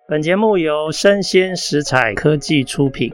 本节目由生鲜食材科技出品。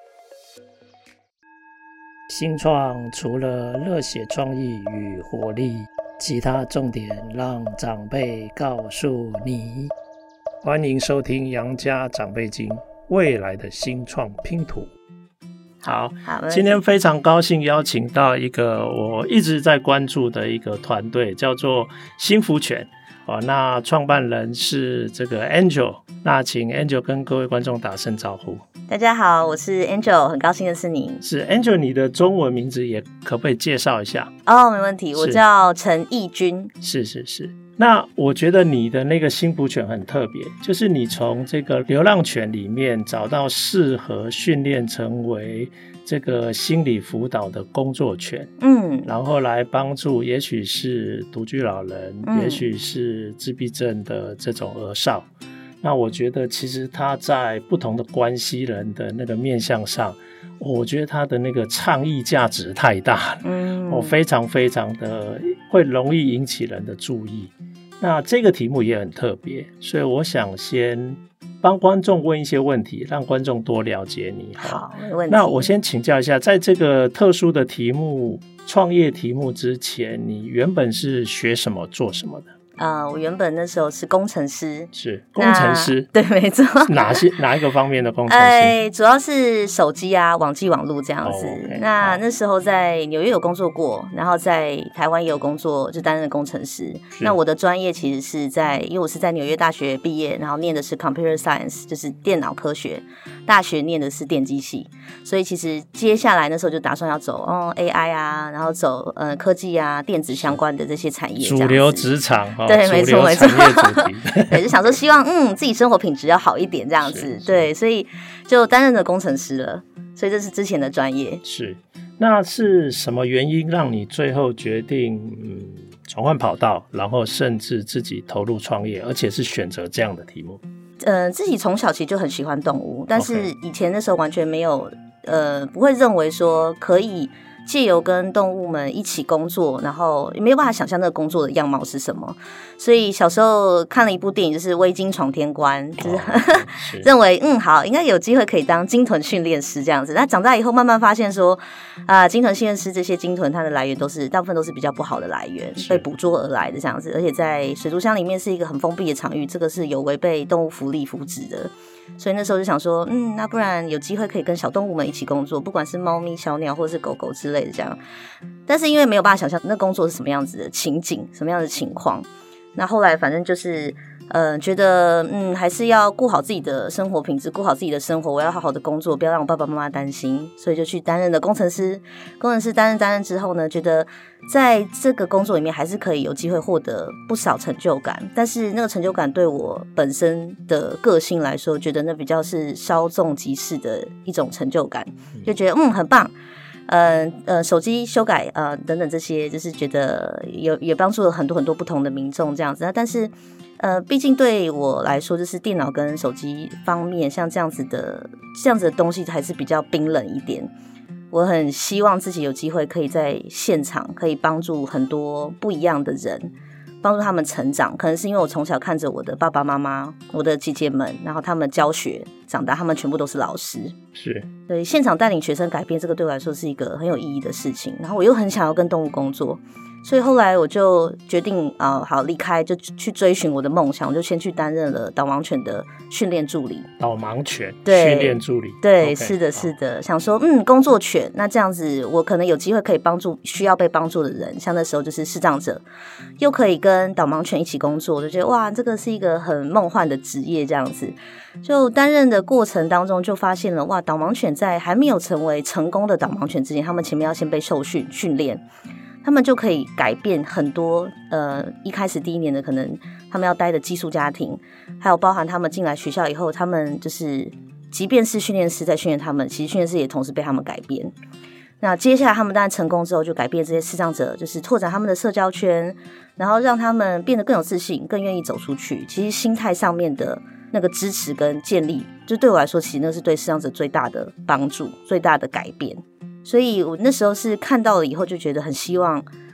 新创除了热血创意与活力，其他重点让长辈告诉你。欢迎收听杨家长辈经，未来的新创拼图。好，今天非常高兴邀请到一个我一直在关注的一个团队，叫做新福犬。那创办人是这个 Angel， 那请 Angel 跟各位观众打声招呼。 大家好，我是 Angel， 很高兴认识您。 是 Angel， 你的中文名字也可不可以介绍一下？ 没问题，我叫陈义君。 是。那我觉得你的那个新福犬很特别，就是你从这个流浪犬里面找到适合训练成为这个心理辅导的工作犬，然后来帮助也许是独居老人，也许是自闭症的这种儿少。那我觉得其实他在不同的关系人的那个面向上，我觉得他的那个倡议价值太大了，非常非常的会容易引起人的注意。那这个题目也很特别，所以我想先帮观众问一些问题，让观众多了解你。 好，没问题。 那我先请教一下，在这个特殊的题目创业题目之前，你原本是学什么做什么的？ 我原本那时候是工程师。 是工程师？ 对，没错。 哪一个方面的工程师？ 主要是手机啊、网际网路这样子。那时候在纽约有工作过，然后在台湾也有工作，就担任工程师。那我的专业其实是因为我是在纽约大学毕业，然后念的是 Computer Science， 就是电脑科学，大学念的是电机系，所以其实接下来那时候就打算要走AI 啊，然后走科技啊、电子相关的这些产业， 主流职场。 对，没错没错， 对， 就想说希望自己生活品质要好一点这样子，对，所以就担任了工程师了，所以这是之前的专业。 是，那是什么原因让你最后决定转换跑道，然后甚至自己投入创业，而且是选择这样的题目？ 自己从小其实就很喜欢动物，但是以前那时候完全没有不会认为说可以借由跟动物们一起工作，然后没有办法想象那个工作的样貌是什么，所以小时候看了一部电影，就是《微鲸闯天关》，就是认为好，应该有机会可以当鲸豚训练师这样子。那长大以后慢慢发现说，鲸豚训练师这些鲸豚它的来源大部分都是比较不好的来源，被捕捉而来的这样子，而且在水族箱里面是一个很封闭的场域，这个是有违背动物福利福祉的。所以那时候就想说，那不然有机会可以跟小动物们一起工作，不管是猫咪、小鸟或是狗狗之类的这样。但是因为没有办法想象那工作是什么样子的情景，什么样的情况，那后来反正就是觉得还是要顾好自己的生活品质，顾好自己的生活，我要好好的工作，不要让我爸爸妈妈担心，所以就去担任了工程师。工程师担任之后呢，觉得在这个工作里面还是可以有机会获得不少成就感，但是那个成就感对我本身的个性来说，觉得那比较是稍纵即逝的一种成就感，就觉得很棒。手机修改等等这些，就是觉得也帮助了很多很多不同的民众这样子。但是毕竟对我来说，就是电脑跟手机方面，像这样子的东西还是比较冰冷一点。我很希望自己有机会可以在现场可以帮助很多不一样的人，帮助他们成长。可能是因为我从小看着我的爸爸妈妈、我的姐姐们，然后他们教学长大，他们全部都是老师， 是对现场带领学生改变，这个对我来说是一个很有意义的事情。然后我又很想要跟动物工作，所以后来我就决定好离开，就去追寻我的梦想。我就先去担任了导盲犬的训练助理。导盲犬训练助理，对，是的，是的。想说工作犬，那这样子我可能有机会可以帮助需要被帮助的人，像那时候就是视障者，又可以跟导盲犬一起工作，我就觉得哇，这个是一个很梦幻的职业这样子。就担任的过程当中就发现了，哇，导盲犬在还没有成为成功的导盲犬之前，他们前面要先被受训练，他们就可以改变很多一开始第一年的可能他们要待的寄宿家庭，还有包含他们进来学校以后，他们就是即便是训练师在训练他们，其实训练师也同时被他们改变。那接下来他们当然成功之后，就改变这些视障者，就是拓展他们的社交圈，然后让他们变得更有自信，更愿意走出去。其实心态上面的那个支持跟建立，就对我来说，其实那是对视障者最大的帮助，最大的改变。所以我那时候是看到了以后，就觉得很希望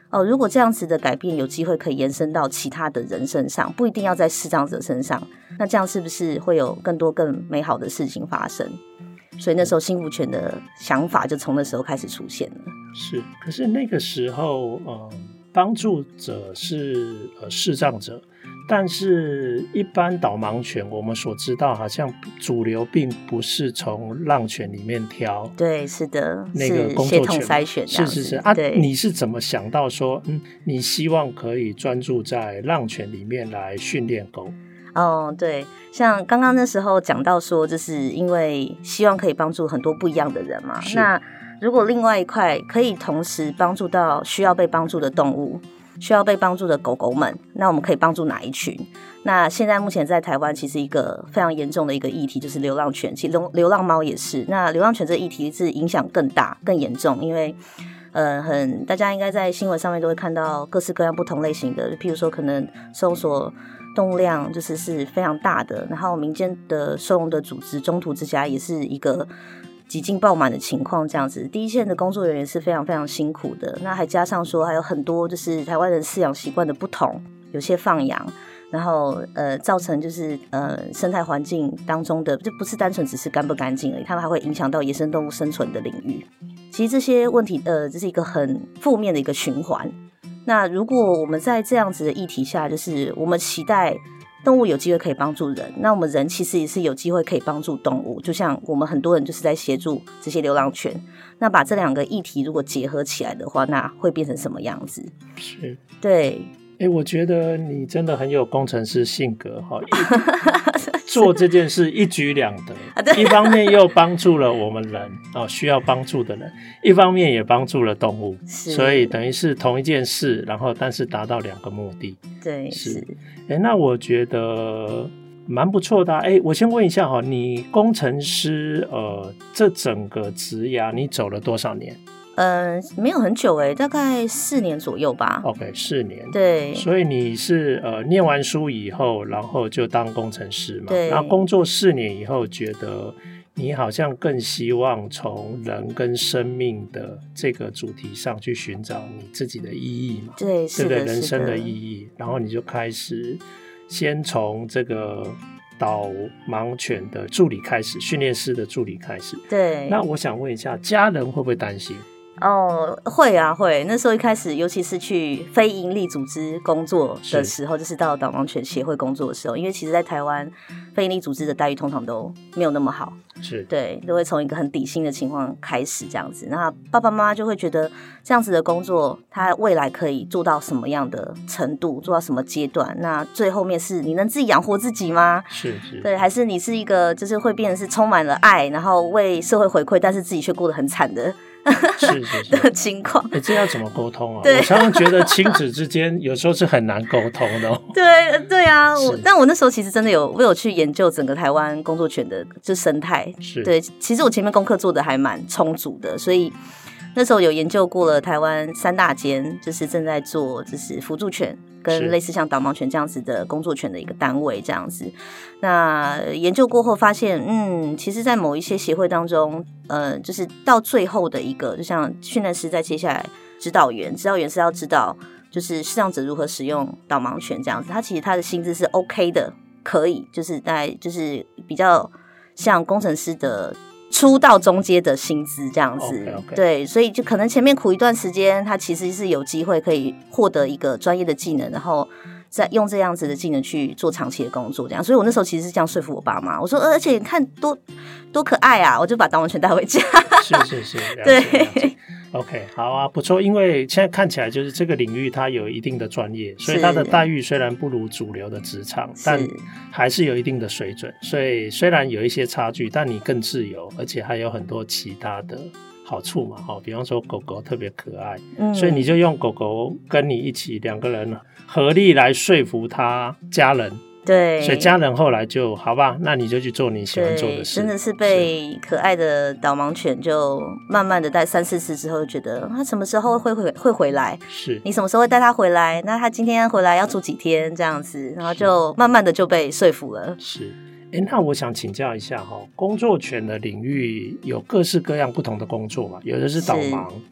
如果这样子的改变有机会可以延伸到其他的人身上，不一定要在视障者身上，那这样是不是会有更多更美好的事情发生？所以那时候幸福权的想法就从那时候开始出现了。 是，可是那个时候帮助者是视障者，但是一般导盲犬我们所知道好像主流并不是从浪犬里面挑， 对，是的， 那个工作犬是血统筛选这样子， 是你是怎么想到说你希望可以专注在浪犬里面来训练狗？ 对，像刚刚那时候讲到说，就是因为希望可以帮助很多不一样的人嘛，那如果另外一块可以同时帮助到需要被帮助的动物，需要被帮助的狗狗们，那我们可以帮助哪一群？那现在目前在台湾其实一个非常严重的一个议题就是流浪犬，其实流浪猫也是。那流浪犬这个议题是影响更大更严重，因为大家应该在新闻上面都会看到各式各样不同类型的，譬如说可能收容所动物量是非常大的，然后民间的收容的组织中途之家也是一个几近爆满的情况，这样子第一线的工作人员是非常非常辛苦的。那还加上说还有很多就是台湾人饲养习惯的不同，有些放养，然后造成就是生态环境当中的就不是单纯只是干不干净而已，他们还会影响到野生动物生存的领域。其实这些问题这是一个很负面的一个循环。那如果我们在这样子的议题下，就是我们期待动物有机会可以帮助人，那我们人其实也是有机会可以帮助动物，就像我们很多人就是在协助这些流浪犬，那把这两个议题如果结合起来的话，那会变成什么样子？ 是， 对， 我觉得你真的很有工程师性格做这件事一举两得，一方面又帮助了我们人需要帮助的人，一方面也帮助了动物，所以等于是同一件事，然后但是达到两个目的。 对， 是。那我觉得蛮不错的我先问一下你工程师这整个职涯你走了多少年？ 没有很久大概4年左右吧。 OK， 4年。 对， 所以你是念完书以后，然后就当工程师嘛？ 对。 然后工作4年以后，觉得你好像更希望从人跟生命的这个主题上去寻找你自己的意义嘛？ 对，是的， 对不对？人生的意义，然后你就开始先从这个导盲犬的助理开始，训练师的助理开始。 对。 那我想问一下，家人会不会担心？ 会啊，会。那时候一开始，尤其是去非营利组织工作的时候，就是到导盲犬协会工作的时候，因为其实在台湾非营利组织的待遇通常都没有那么好， 是， 对，都会从一个很底薪的情况开始这样子。那爸爸妈妈就会觉得这样子的工作，他未来可以做到什么样的程度，做到什么阶段？那最后面是你能自己养活自己吗？ 是， 对，还是你是一个就是会变成是充满了爱，然后为社会回馈，但是自己却过得很惨的的情况。 这要怎么沟通啊？我常常觉得亲子之间有时候是很难沟通的对啊，但我那时候其实真的我有去研究整个台湾工作犬的就生态。对，其实我前面功课做的还蛮充足的，所以那时候有研究过了台湾3大间，就是正在做就是辅助犬跟类似像导盲犬这样子的工作犬的一个单位这样子。那研究过后发现其实在某一些协会当中就是到最后的一个就像训练师再接下来指导员是要知道就是视障者如何使用导盲犬这样子，他其实他的薪资是 OK 的，可以就是大概就是比较像工程师的初到中阶的薪资这样子。 okay. 对，所以就可能前面苦一段时间，他其实是有机会可以获得一个专业的技能，然后再用这样子的技能去做长期的工作这样。所以我那时候其实是这样说服我爸妈，我说而且你看多可爱啊，我就把导盲犬带回家。 是对 OK， 好啊，不错。因为现在看起来就是这个领域它有一定的专业，所以它的待遇虽然不如主流的职场，但还是有一定的水准。所以虽然有一些差距，但你更自由，而且还有很多其他的好处嘛。比方说狗狗特别可爱，所以你就用狗狗跟你一起2个人合力来说服他家人。 对， 所以家人后来就好吧，那你就去做你喜欢做的事。 真的是被可爱的导盲犬就慢慢的带3-4次之后，就觉得他什么时候会回来？是你什么时候会带他回来？那他今天回来要住几天这样子，然后就慢慢的就被说服了。 是，那我想请教一下工作犬的领域有各式各样不同的工作嘛？有的是导盲，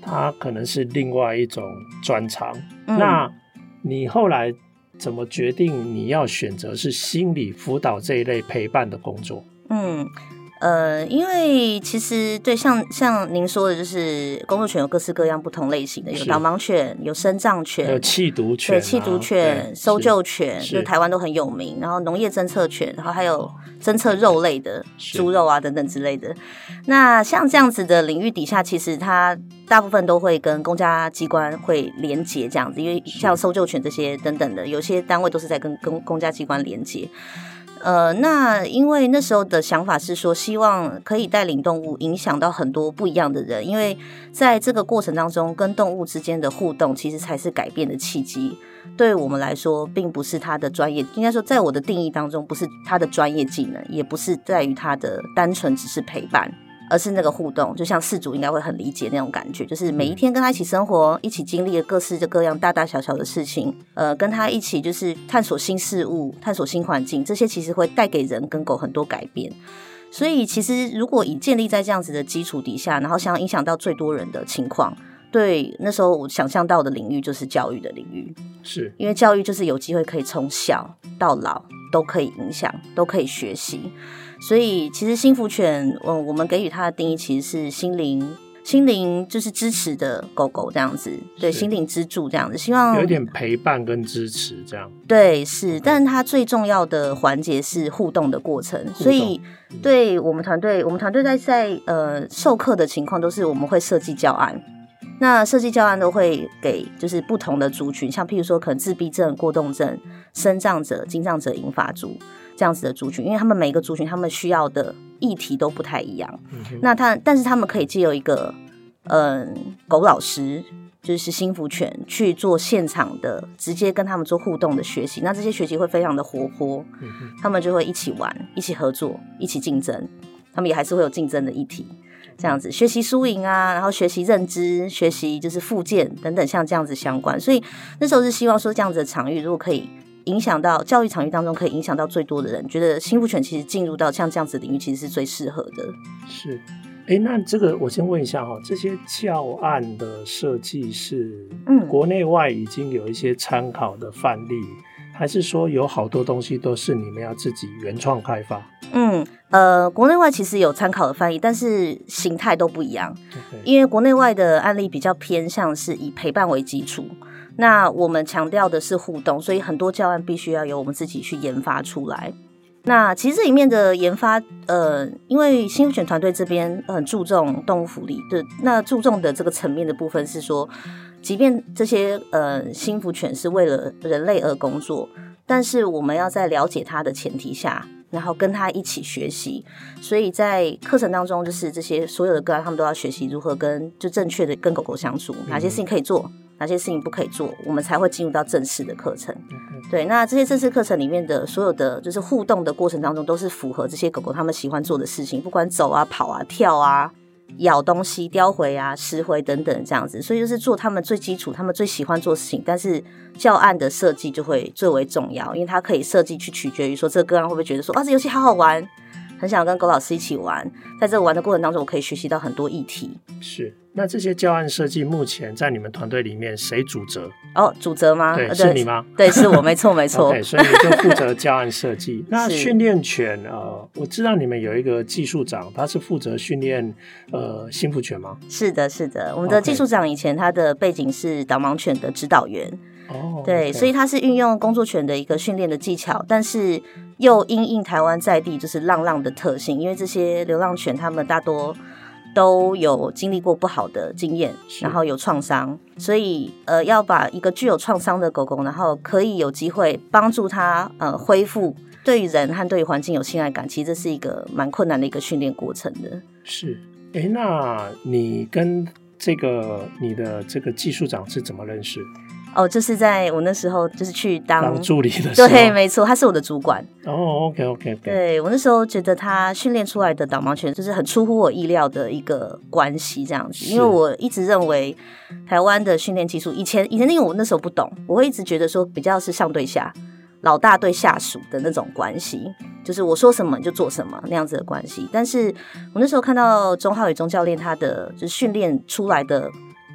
它可能是另外一种专长。那你后来怎么决定你要选择是心理辅导这一类陪伴的工作？ 因为其实对像您说的，就是工作犬有各式各样不同类型的，有导盲犬，有身障犬， 有缉毒犬， 对，缉毒犬、搜救犬，就台湾都很有名。然后农业侦测犬，然后还有侦测肉类的，猪肉啊等等之类的。那像这样子的领域底下，其实它大部分都会跟公家机关会连结这样子，因为像搜救犬这些等等的，有些单位都是在跟公家机关连结。那因为那时候的想法是说，希望可以带领动物影响到很多不一样的人，因为在这个过程当中，跟动物之间的互动其实才是改变的契机。对我们来说，并不是他的专业，应该说在我的定义当中，不是他的专业技能，也不是在于他的单纯只是陪伴，而是那个互动，就像饲主应该会很理解那种感觉，就是每一天跟他一起生活，一起经历了各式各样大大小小的事情，跟他一起就是探索新事物，探索新环境，这些其实会带给人跟狗很多改变。所以其实如果以建立在这样子的基础底下，然后想要影响到最多人的情况，对，那时候我想象到的领域就是教育的领域， 是因为教育就是有机会可以从小到老都可以影响，都可以学习。所以其实心辅犬，我们给予它的定义其实是心灵就是支持的狗狗这样子，对，心灵支柱这样子，希望有点陪伴跟支持这样。 对，是，但它最重要的环节是互动的过程。所以对我们团队在授课的情况都是我们会设计教案。那设计教案都会给就是不同的族群，像譬如说可能自闭症、过动症、身障者、精障者、银发族这样子的族群，因为他们每一个族群他们需要的议题都不太一样。那但是他们可以藉由一个狗老师，就是心辅犬去做现场的直接跟他们做互动的学习，那这些学习会非常的活泼，他们就会一起玩、一起合作、一起竞争，他们也还是会有竞争的议题。这样子学习输赢啊，然后学习认知，学习就是复健等等，像这样子相关。所以那时候是希望说，这样子的场域如果可以影响到教育场域当中，可以影响到最多的人，觉得心辅犬其实进入到像这样子的领域，其实是最适合的。 是，那这个我先问一下哈，这些教案的设计是国内外已经有一些参考的范例，还是说有好多东西都是你们要自己原创开发？ 国内外其实有参考的范例，但是形态都不一样。因为国内外的案例比较偏向是以陪伴为基础，那我们强调的是互动，所以很多教案必须要由我们自己去研发出来。那其实这里面的研发，因为心辅犬团队这边很注重动物福利的，那注重的这个层面的部分是说，即便这些心辅犬是为了人类而工作，但是我们要在了解它的前提下，然后跟他一起学习，所以在课程当中，就是这些所有的个案，他们都要学习如何就正确的跟狗狗相处，哪些事情可以做，哪些事情不可以做，我们才会进入到正式的课程。对，那这些正式课程里面的所有的就是互动的过程当中，都是符合这些狗狗他们喜欢做的事情，不管走啊、跑啊、跳啊、咬东西、叼回啊、拾回等等这样子，所以就是做他们最基础、他们最喜欢做的事情，但是教案的设计就会最为重要，因为它可以设计去取决于说这个个案会不会觉得说这游戏好好玩，很想跟狗老师一起玩，在这个玩的过程当中我可以学习到很多议题。 是，那这些教案设计目前在你们团队里面谁主责？ 主责吗？ 对，是你吗？ 对，是我，没错没错。 Okay, 所以你就负责教案设计。那训练犬我知道你们有一个技术长，他是负责训练心辅犬吗？ 是的是的，我们的技术长以前他的背景是导盲犬的指导员。对，所以他是运用工作犬的一个训练的技巧，但是又因应台湾在地就是浪浪的特性，因为这些流浪犬他们大多都有经历过不好的经验，然后有创伤，所以要把一个具有创伤的狗狗，然后可以有机会帮助它恢复对于人和对于环境有信赖感，其实这是一个蛮困难的一个训练过程的。 是，那你跟你的这个技术长是怎么认识？ 就是在我那时候就是去当助理的时候。 对，没错，他是我的主管。 OK。 对，我那时候觉得他训练出来的导盲犬就是很出乎我意料的一个关系这样子，因为我一直认为台湾的训练技术以前因为我那时候不懂，我会一直觉得说比较是上对下，老大对下属的那种关系，就是我说什么你就做什么那样子的关系。但是我那时候看到钟浩宇钟教练他的就是训练出来的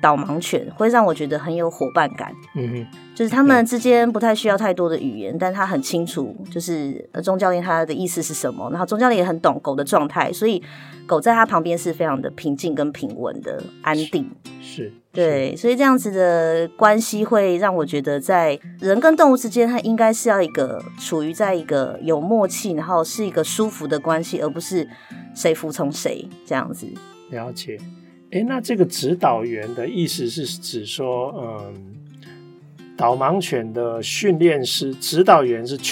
导盲犬会让我觉得很有伙伴感。就是他们之间不太需要太多的语言，但他很清楚就是钟教练他的意思是什么，然后钟教练也很懂狗的状态，所以狗在他旁边是非常的平静跟平稳的安定。 是对，所以这样子的关系会让我觉得在人跟动物之间它应该是要一个处于在一个有默契，然后是一个舒服的关系，而不是谁服从谁这样子。 了解。那这个指导员的意思是指说导盲犬的训练师指导员是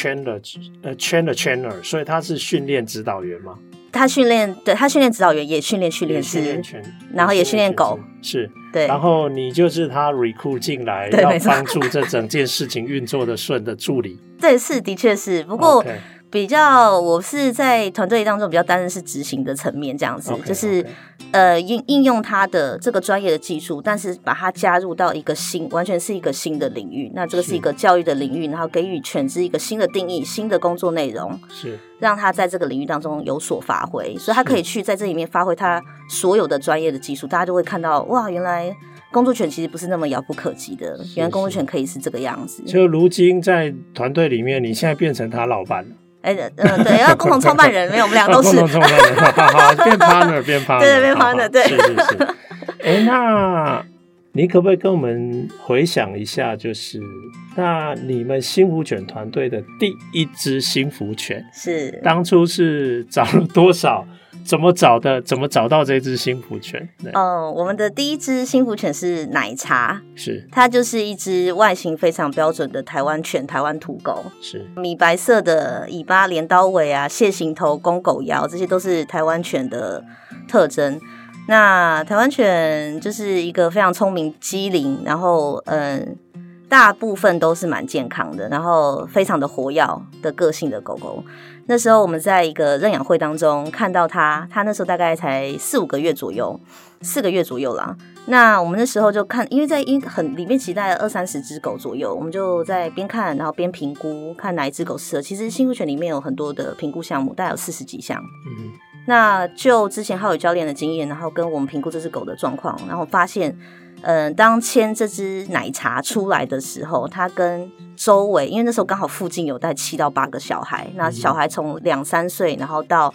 trainer，所以他是训练指导员吗？他训练指导员，也训练训练师，然后也训练狗，是，对。然后你就是他 recruit 进来，要帮助这整件事情运作的顺的助理。对，是，的确是。不过比较，我是在团队当中比较担任是执行的层面，这样子，就是应用他的这个专业的技术，但是把它加入到一个完全是一个新的领域。那这个是一个教育的领域，然后给予犬只一个新的定义、新的工作内容，是让他在这个领域当中有所发挥，所以他可以去在这里面发挥他所有的专业的技术。大家就会看到，哇，原来工作犬其实不是那么遥不可及的，原来工作犬可以是这个样子。就如今在团队里面，你现在变成他老板了。对，要共同创办人，没有，我们两个都是共同创办人，好，变 partner， 变 partner， 对，变 partner， 对，是。那你可不可以跟我们回想一下，就是那你们新福犬团队的第一只新福犬是当初是找了多少？怎么找的？怎么找到这只新福犬？我们的第一只新福犬是奶茶，是它就是一只外形非常标准的台湾犬，台湾土狗，是米白色的尾巴、镰刀尾啊、蟹形头、公狗腰，这些都是台湾犬的特征。那台湾犬就是一个非常聪明、机灵，然后大部分都是蛮健康的，然后非常的活跃的个性的狗狗。那时候我们在一个认养会当中看到它那时候大概才4个月左右啦。那我们那时候就看，因为里面其实大概20-30只狗左右，我们就在边看然后边评估，看哪一只狗适合。其实新福犬里面有很多的评估项目，大概有40几项。那就之前浩宇教练的经验，然后跟我们评估这只狗的状况，然后发现当牵这只奶茶出来的时候，它跟周围，因为那时候刚好附近有带7到8个小孩，那小孩从2-3岁，然后到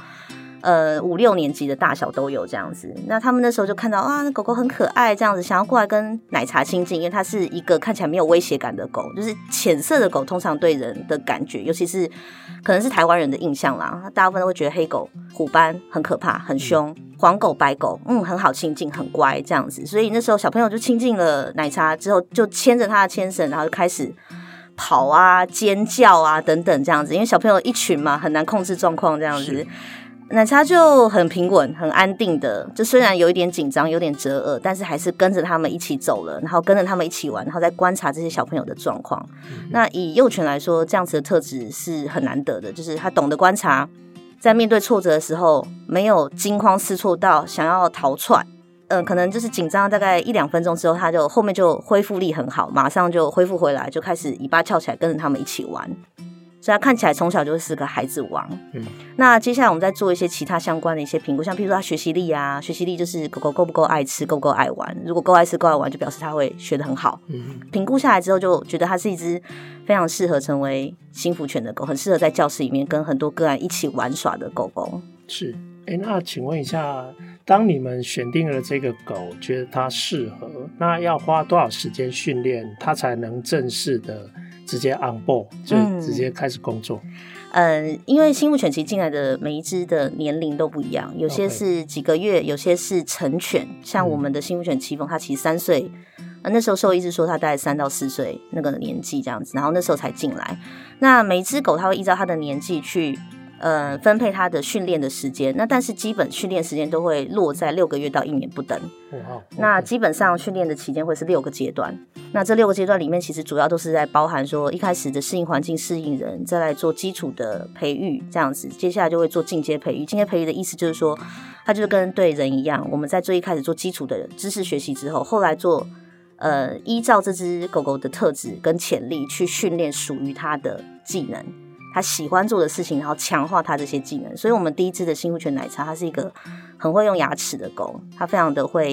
5-6年级的大小都有这样子。那他们那时候就看到那狗狗很可爱这样子，想要过来跟奶茶亲近，因为它是一个看起来没有威胁感的狗，就是浅色的狗通常对人的感觉，尤其是可能是台湾人的印象啦，大部分都会觉得黑狗虎斑很可怕很凶，黄狗白狗很好亲近很乖这样子。所以那时候小朋友就亲近了奶茶之后，就牵着他的牵绳，然后就开始跑啊尖叫啊等等这样子，因为小朋友一群嘛，很难控制状况这样子。奶茶就很平稳很安定的，就虽然有一点紧张有点折耳，但是还是跟着他们一起走了，然后跟着他们一起玩，然后再观察这些小朋友的状况。那以幼犬来说，这样子的特质是很难得的，就是他懂得观察，在面对挫折的时候没有惊慌失措到想要逃窜，可能就是紧张大概1-2分钟之后，他就后面就恢复力很好，马上就恢复回来，就开始尾巴翘起来跟着他们一起玩。所以他看起来从小就是个孩子王。那接下来我们再做一些其他相关的一些评估，像譬如说他学习力啊，学习力就是狗狗够不够爱吃，够不够爱玩。如果够爱吃够爱玩，就表示他会学得很好。评估下来之后，就觉得它是一只非常适合成为新福犬的狗，很适合在教室里面跟很多个案一起玩耍的狗狗。是，那请问一下，当你们选定了这个狗，觉得它适合，那要花多少时间训练它才能正式的直接 on board， 就直接开始工作？因为新福犬其实进来的每一只的年龄都不一样，有些是几个月，有些是成犬。像我们的新福犬奇峰，它其实3岁，那时候兽医是说它大概3到4岁那个年纪这样子，然后那时候才进来。那每一只狗它会依照它的年纪去分配它的训练的时间，那但是基本训练时间都会落在6个月到1年不等。那基本上训练的期间会是6个阶段，那这6个阶段里面其实主要都是在包含说一开始的适应环境、适应人，再来做基础的培育这样子，接下来就会做进阶培育。进阶培育的意思就是说，它就是跟对人一样，我们在最一开始做基础的知识学习之后，后来做依照这只狗狗的特质跟潜力去训练属于它的技能，他喜欢做的事情，然后强化他这些技能。所以我们第一只的新福犬奶茶，它是一个很会用牙齿的狗，它非常的会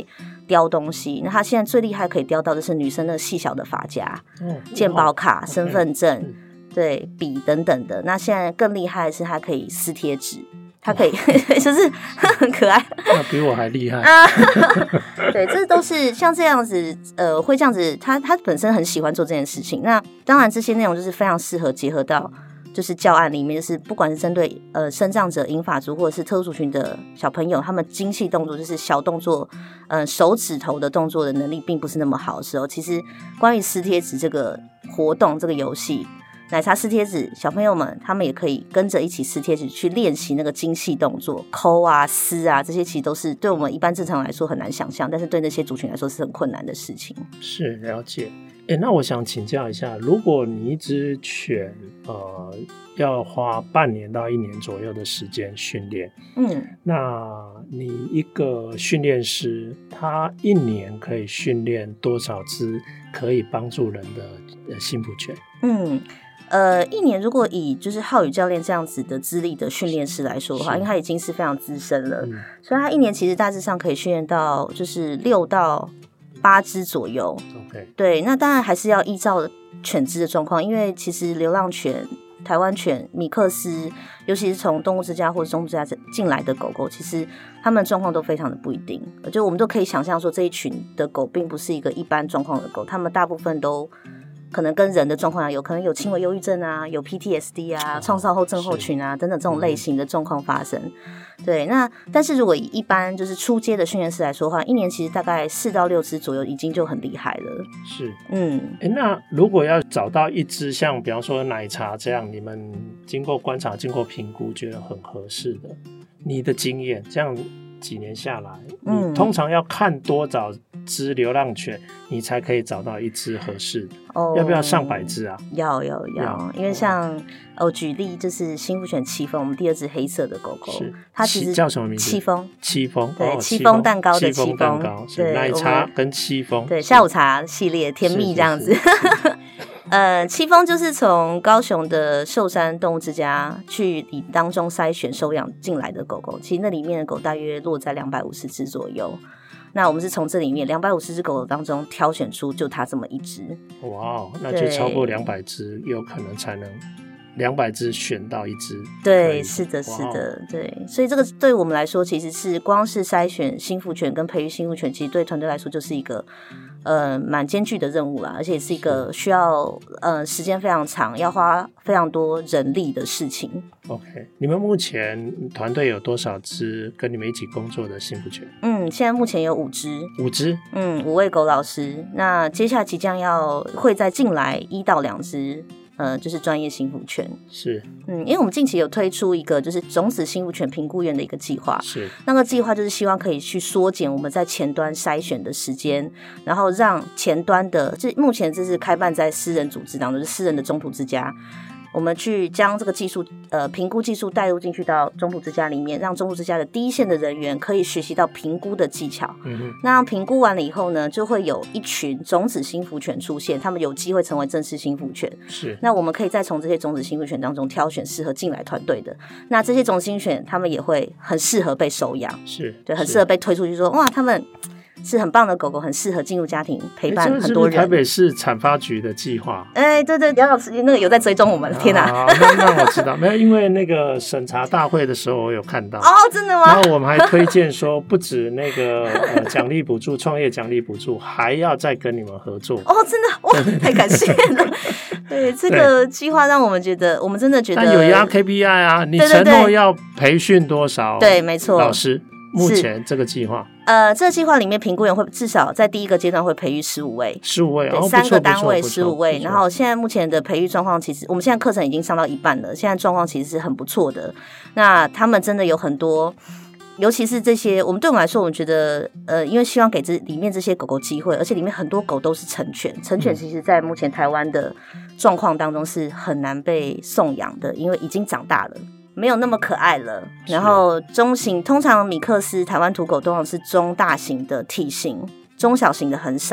雕东西。那他现在最厉害可以雕到的是女生的细小的发夹、健保卡、身份证、对笔等等的。那现在更厉害的是他可以撕贴纸。他可以就是很可爱， 那比我还厉害对，这都是像这样子会这样子，他本身很喜欢做这件事情。那当然这些内容就是非常适合结合到就是教案里面，就是不管是针对身障者、银发族或者是特殊族群的小朋友，他们精细动作就是小动作手指头的动作的能力并不是那么好的时候，其实关于撕贴纸这个活动这个游戏，奶茶撕贴纸，小朋友们他们也可以跟着一起撕贴纸去练习那个精细动作，抠啊、撕啊，这些其实都是对我们一般正常来说很难想象，但是对那些族群来说是很困难的事情。 是，了解。那我想请教一下，如果你一只犬要花半年到1年左右的时间训练，那你一个训练师他1年可以训练多少只可以帮助人的幸福犬 ？1年如果以就是浩宇教练这样子的资历的训练师来说的话，因为他已经是非常资深了，所以他1年其实大致上可以训练到就是6到8只左右。对，那当然还是要依照犬只的状况，因为其实流浪犬、台湾犬、米克斯，尤其是从动物之家或者动物之家进来的狗狗，其实他们的状况都非常的不一定。就我们都可以想象说，这一群的狗并不是一个一般状况的狗，他们大部分都可能跟人的状况有可能有轻微忧郁症啊，有 PTSD 啊，创伤后症候群啊等等这种类型的状况发生。对，那但是如果以一般就是初阶的训练师来说的话，1年其实大概4到6只左右已经就很厉害了。 是，那如果要找到一只像比方说奶茶这样，你们经过观察、经过评估，觉得很合适的，你的经验这样几年下来，你通常要看多少只流浪犬，你才可以找到一只合适的？要不要上百只啊？ 要，因为像举例就是幸福犬戚风，我们第2只黑色的狗狗，它其实叫什么名字？ 戚风， 对， 戚风蛋糕的戚风， 对，奶茶跟戚风， 对，下午茶系列甜蜜这样子。戚风就是从高雄的寿山动物之家去以当中筛选收养进来的狗狗，其实那里面的狗大约落在250只左右。那我们是从这里面250只狗狗当中挑选出就它这么一只。 哇，那就超过200只，有可能才能200只选到一只。 对，是的，对，所以这个对我们来说，其实是光是筛选幸福犬跟培育幸福犬，其实对团队来说就是一个蛮艰巨的任务啦，而且是一个需要时间非常长，要花非常多人力的事情。 OK， 你们目前团队有多少只跟你们一起工作的幸福犬？ 现在目前有5只 ，5只 ，5位狗老师。那接下来即将会再进来1到2只。就是专业幸福犬。 是， 因为我们近期有推出一个就是种子幸福犬评估员的一个计划， 是那个计划就是希望可以去缩减我们在前端筛选的时间，然后让前端的，目前这是开办在私人组织当中，就是私人的中途之家。我们去将这个技术评估技术带入进去到中途之家里面，让中途之家的第一线的人员可以学习到评估的技巧。那评估完了以后呢，就会有一群种子幸福犬出现，他们有机会成为正式幸福犬。 是， 那我们可以再从这些种子幸福犬当中挑选适合进来团队的。那这些种子幸福犬，他们也会很适合被收养， 是对，很适合被推出去说，哇，他们是很棒的狗狗，很适合进入家庭陪伴很多人。 这是台北市产发局的计划。 对，杨老师那个有在追踪我们，天哪！ 那我知道，没有，因为那个审查大会的时候我有看到。 真的吗？ 然后我们还推荐说，不止那个奖励补助、创业奖励补助，还要再跟你们合作。 真的哇，太感谢了。对，这个计划让我们觉得，我们真的觉得， 但有压 KPI 啊，你承诺要培训多少？ 对，没错， 老师。目前这个计划， 这个计划里面评估员会至少在第一个阶段会培育15位 ，15位， 对，3个单位15位。然后现在目前的培育状况，其实我们现在课程已经上到一半了，现在状况其实是很不错的。那他们真的有很多，尤其是这些，对我们来说，我们觉得，因为希望给里面这些狗狗机会，而且里面很多狗都是成犬，成犬其实在目前台湾的状况当中是很难被送养的，因为已经长大了。没有那么可爱了，然后中型，通常米克斯台湾土狗通常是中大型的体型，中小型的很少，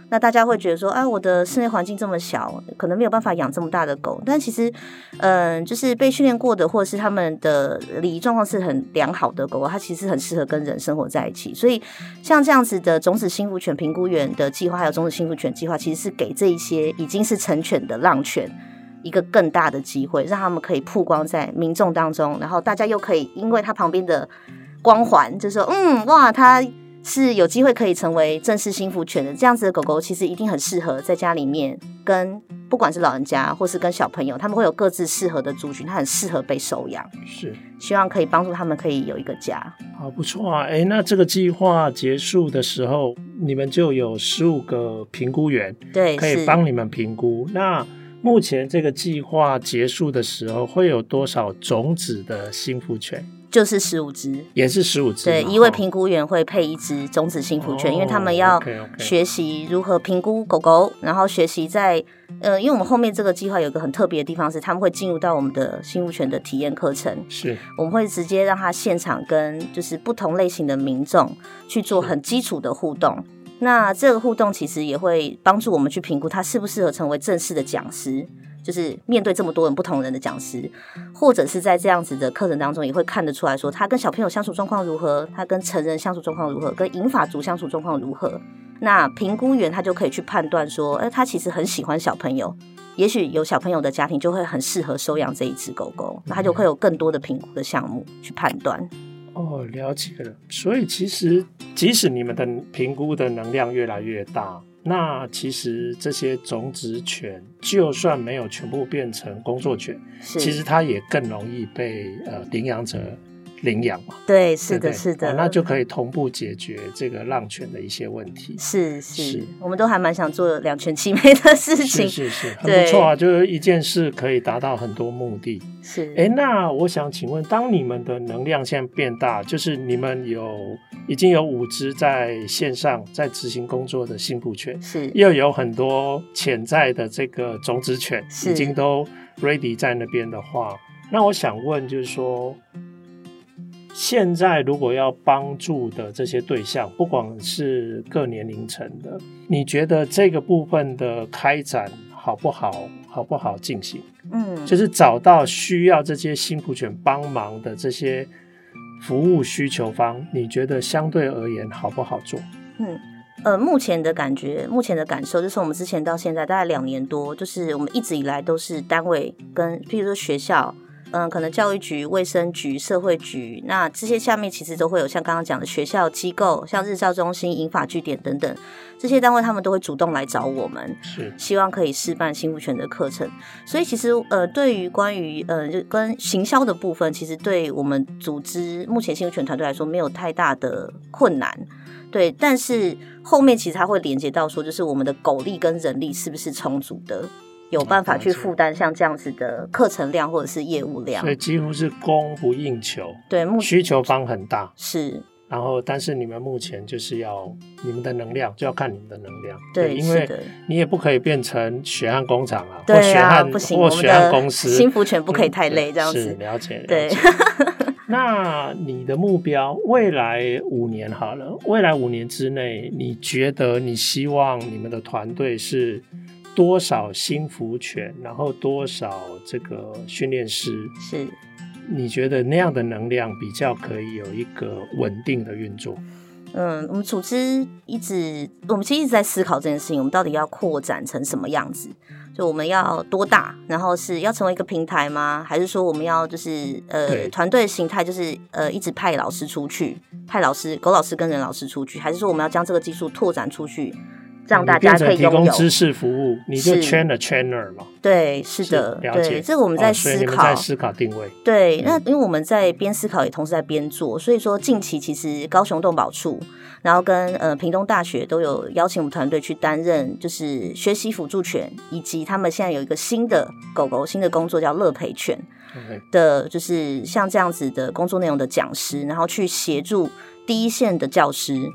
那大家会觉得说，我的室内环境这么小，可能没有办法养这么大的狗。但其实，就是被训练过的，或者是他们的礼仪状况是很良好的狗狗，它其实很适合跟人生活在一起。所以，像这样子的种子幸福犬评估员的计划，还有种子幸福犬计划，其实是给这一些已经是成犬的浪犬一个更大的机会，让他们可以曝光在民众当中，然后大家又可以因为他旁边的光环，就说哇，他是有机会可以成为正式幸福犬的，这样子的狗狗其实一定很适合在家里面跟不管是老人家或是跟小朋友，他们会有各自适合的族群，它很适合被收养， 是希望可以帮助他们可以有一个家。 好，不错啊。那这个计划结束的时候，你们就有15个评估员， 对， 可以帮你们评估。那目前这个计划结束的时候，会有多少种子的幸福犬？ 就是15只， 也是15只。 对，一位评估员会配1只种子幸福犬，因为他们要学习如何评估狗狗，然后学习在因为我们后面这个计划有一个很特别的地方是，他们会进入到我们的幸福犬的体验课程， 是我们会直接让他现场跟就是不同类型的民众去做很基础的互动。那这个互动其实也会帮助我们去评估他适不适合成为正式的讲师，就是面对这么多人不同人的讲师，或者是在这样子的课程当中也会看得出来说他跟小朋友相处状况如何，他跟成人相处状况如何，跟银发族相处状况如何。那评估员他就可以去判断说他其实很喜欢小朋友，也许有小朋友的家庭就会很适合收养这一只狗狗，那他就会有更多的评估的项目去判断。 了解了。所以其实即使你们的评估的能量越来越大，那其实这些种子犬就算没有全部变成工作犬，其实它也更容易被领养者领养嘛。 对，是的，是的， 那就可以同步解决这个浪犬的一些问题。 是，我们都还蛮想做两全其美的事情。是， 很不错啊，就是一件事可以达到很多目的。 是， 那我想请问，当你们的能量现在变大，就是你们已经有5只在线上在执行工作的幸福犬， 是又有很多潜在的这个种子犬已经都 ready 在那边的话，那我想问就是说，现在如果要帮助的这些对象，不管是各年龄层的，你觉得这个部分的开展好不好进行？就是找到需要这些幸福犬帮忙的这些服务需求方，你觉得相对而言好不好做？ 目前的感受就是我们之前到现在大概2年多，就是我们一直以来都是单位跟譬如说学校可能教育局、卫生局、社会局，那这些下面其实都会有像刚刚讲的学校机构，像日照中心、银发据点等等，这些单位他们都会主动来找我们，是希望可以试办幸福犬的课程。所以其实对于关于就跟行销的部分，其实对我们组织目前幸福犬团队来说没有太大的困难。对，但是后面其实它会连接到说，就是我们的狗力跟人力是不是充足的，有办法去负担像这样子的课程量或者是业务量， 所以几乎是供不应求。 对， 需求方很大， 是。 然后，但是你们目前就是要你们的能量，就要看你们的能量。 对， 因为你也不可以变成血汗工厂啊， 对啊，不行， 或血汗公司。 幸福犬不可以太累，这样子。 是，了解。 对。 那你的目标，未来5年好了，未来5年之内，你觉得你希望你们的团队是多少幸福犬，然后多少这个训练师？是，你觉得那样的能量比较可以有一个稳定的运作？ 我们组织我们其实一直在思考这件事情，我们到底要扩展成什么样子？就我们要多大？然后是要成为一个平台吗？还是说我们要就是团队的形态就是一直派老师出去，派老师狗老师跟人老师出去，还是说我们要将这个技术拓展出去？让大家可以拥有提供知识服务，你就 train a trainer 嘛？ 对，是的，对，这个我们在思考， 所以你们在思考定位。 对，那因为我们在边思考也同时在边做，所以说近期其实高雄动保处，然后跟屏东大学都有邀请我们团队去担任，就是学习辅助犬，以及他们现在有一个新的新的工作叫乐培犬的，就是像这样子的工作内容的讲师，然后去协助第一线的教师。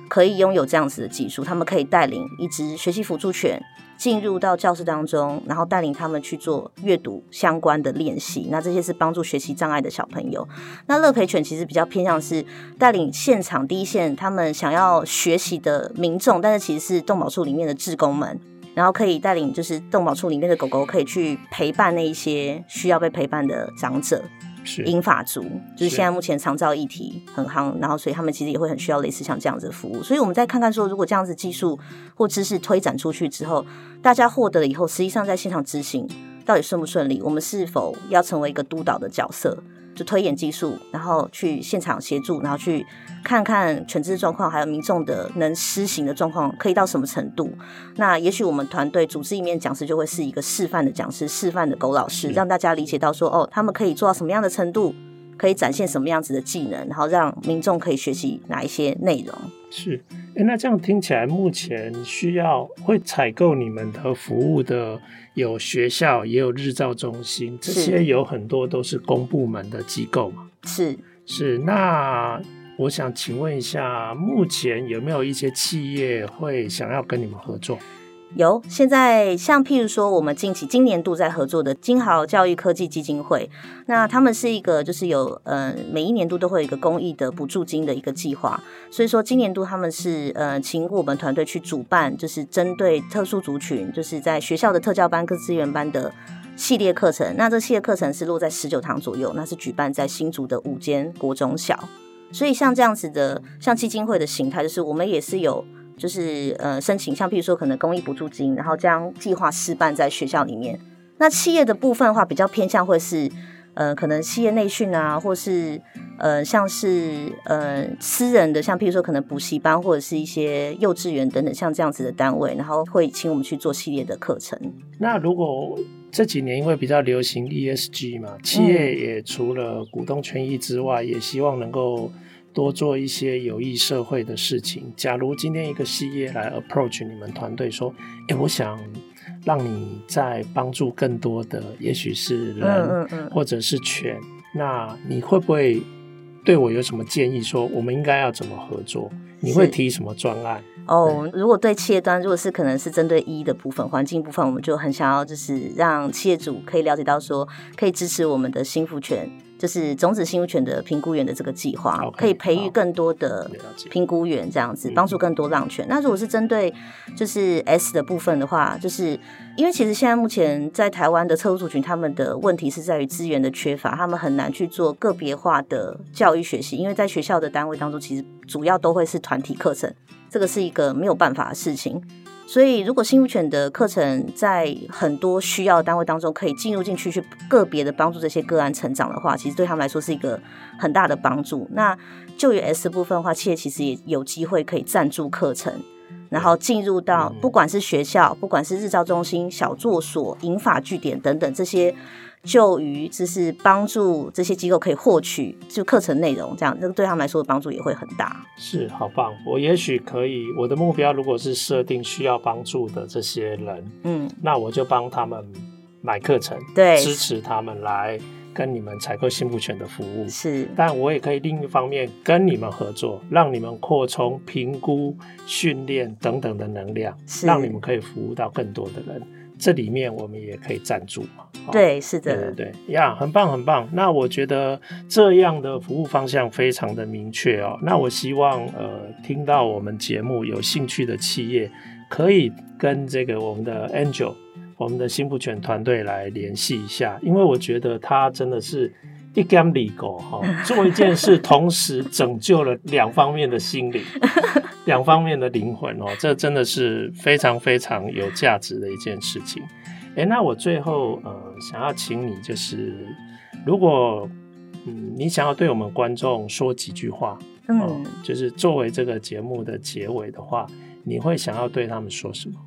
可以拥有这样子的技术，他们可以带领一只学习辅助犬进入到教室当中，然后带领他们去做阅读相关的练习，那这些是帮助学习障碍的小朋友。那乐陪犬其实比较偏向是带领现场第一线他们想要学习的民众，但是其实是动保处里面的志工们，然后可以带领就是动保处里面的狗狗可以去陪伴那一些需要被陪伴的长者，银发族，就是现在目前长照议题很夯，然后所以他们其实也会很需要类似像这样子的服务。所以我们再看看说，如果这样子技术或知识推展出去之后，大家获得了以后，实际上在现场执行到底顺不顺利，我们是否要成为一个督导的角色，就推演技术，然后去现场协助，然后去看看犬只的状况，还有民众的能施行的状况可以到什么程度。那也许我们团队组织里面讲师就会是一个示范的讲师，示范的狗老师，让大家理解到说，哦，他们可以做到什么样的程度，可以展现什么样子的技能，然后让民众可以学习哪一些内容。 是，那这样听起来，目前需要会采购你们的服务的有学校，也有日照中心，这些有很多都是公部门的机构嘛？是。那我想请问一下，目前有没有一些企业会想要跟你们合作？ 有，现在像譬如说我们今年度在合作的金豪教育科技基金会，那他们是一个就是有每一年度都会有一个公益的补助金的一个计划，所以说今年度他们是请我们团队去主办，就是针对特殊族群，就是在学校的特教班跟资源班的系列课程。那这系列课程是落在19堂左右，那是举办在新竹的5间国中小。所以像这样子的像基金会的形态，就是我们也是有就是申请，像譬如说可能公益补助金，然后将计划示范在学校里面。那企业的部分的话，比较偏向会是可能企业内训啊，或是像是私人的，像譬如说可能补习班或者是一些幼稚园等等像这样子的单位，然后会请我们去做系列的课程。 那如果这几年因为比较流行 ESG 嘛，企业也除了股东权益之外，也希望能够多做一些有益社会的事情。假如今天一个企业来 approach 你们团队说，我想让你在帮助更多的也许是人或者是犬，那你会不会对我有什么建议，说我们应该要怎么合作？你会提什么专案？ 如果对企业端，如果是可能是针对的部分环境部分，我们就很想要就是让企业主可以了解到说，可以支持我们的幸福犬，就是种子幸福犬的评估员的这个计划，可以培育更多的评估员，这样子帮助更多浪犬。那如果是针对就是 S 的部分的话，就是因为其实现在目前在台湾的特殊族群，他们的问题是在于资源的缺乏，他们很难去做个别化的教育学习，因为在学校的单位当中，其实主要都会是团体课程，这个是一个没有办法的事情。所以如果幸福犬的课程在很多需要的单位当中可以进入进去，去个别的帮助这些个案成长的话，其实对他们来说是一个很大的帮助。那就业 S 部分的话，企业其实也有机会可以赞助课程，然后进入到不管是学校，不管是日照中心、小作所、银发据点等等这些就于就是帮助这些机构可以获取就课程内容，这样这个对他们来说的帮助也会很大。 是，好棒！我也许可以，我的目标如果是设定需要帮助的这些人，那我就帮他们买课程，对，支持他们来跟你们采购幸福犬的服务。是，但我也可以另一方面跟你们合作，让你们扩充评估、训练等等的能量，让你们可以服务到更多的人。这里面我们也可以赞助嘛？ 对，是的， 对呀，很棒很棒。那我觉得这样的服务方向非常的明确哦。那我希望听到我们节目有兴趣的企业，可以跟这个我们的 Angel， 我们的幸福犬团队来联系一下，因为我觉得他真的是一竿利狗做一件事，同时拯救了2方面的心灵。2方面的灵魂这真的是非常非常有价值的一件事情。那我最后想要请你，就是如果你想要对我们观众说几句话，就是作为这个节目的结尾的话，你会想要对他们说什么？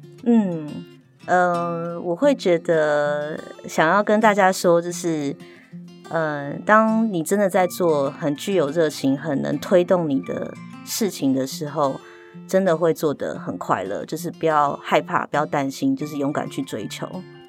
我会觉得想要跟大家说，就是当你真的在做很具有热情、很能推动你的事情的时候，真的会做得很快乐，就是不要害怕，不要担心，就是勇敢去追求。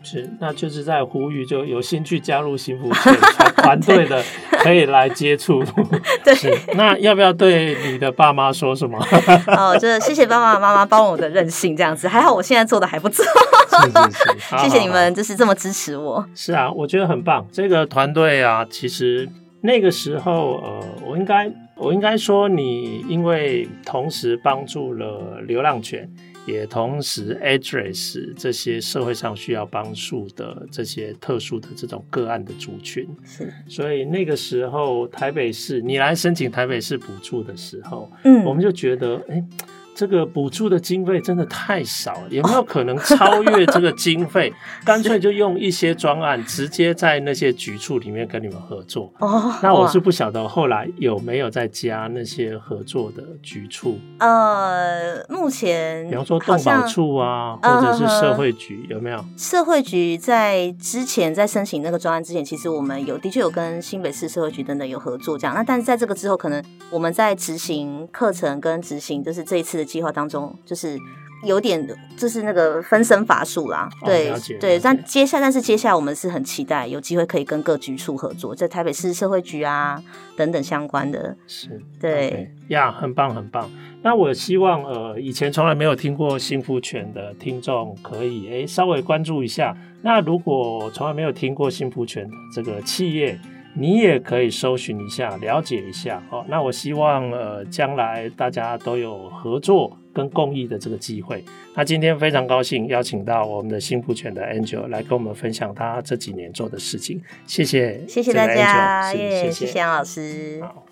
是，那就是在呼吁，就有兴趣加入幸福圈团队的可以来接触。 对， 那要不要对你的爸妈说什么？ 就是谢谢爸爸妈妈帮我的任性，这样子，还好我现在做的还不错。 是谢谢你们，就是这么支持我。 是啊，我觉得很棒。这个团队啊，其实那个时候，我应该说，你因为同时帮助了流浪犬，也同时 address 这些社会上需要帮助的这些特殊的这种个案的族群， 是， 所以那个时候台北市你来申请台北市补助的时候，我们就觉得，这个补助的经费真的太少了，有没有可能超越这个经费？干脆就用一些专案，直接在那些局处里面跟你们合作。那我是不晓得后来有没有再加那些合作的局处。 目前比方说动保处啊，或者是社会局，有没有？ 社会局在之前在申请那个专案之前，其实我们的确有跟新北市社会局等等有合作这样。那但是在这个之后，可能我们在执行课程跟执行就是这一次的计划当中，就是有点就是那个分身乏术啦。对对，但接下来我们是很期待有机会可以跟各局处合作，在台北市社会局啊等等相关的。 是， 对呀，很棒很棒。那我希望以前从来没有听过幸福犬的听众可以稍微关注一下。那如果从来没有听过幸福犬的这个企业，你也可以搜寻一下，了解一下。那我希望将来大家都有合作跟共益的这个机会。那今天非常高兴邀请到我们的幸福犬的 Angel 来跟我们分享他这几年做的事情。谢谢大家， 谢谢杨老师。 好。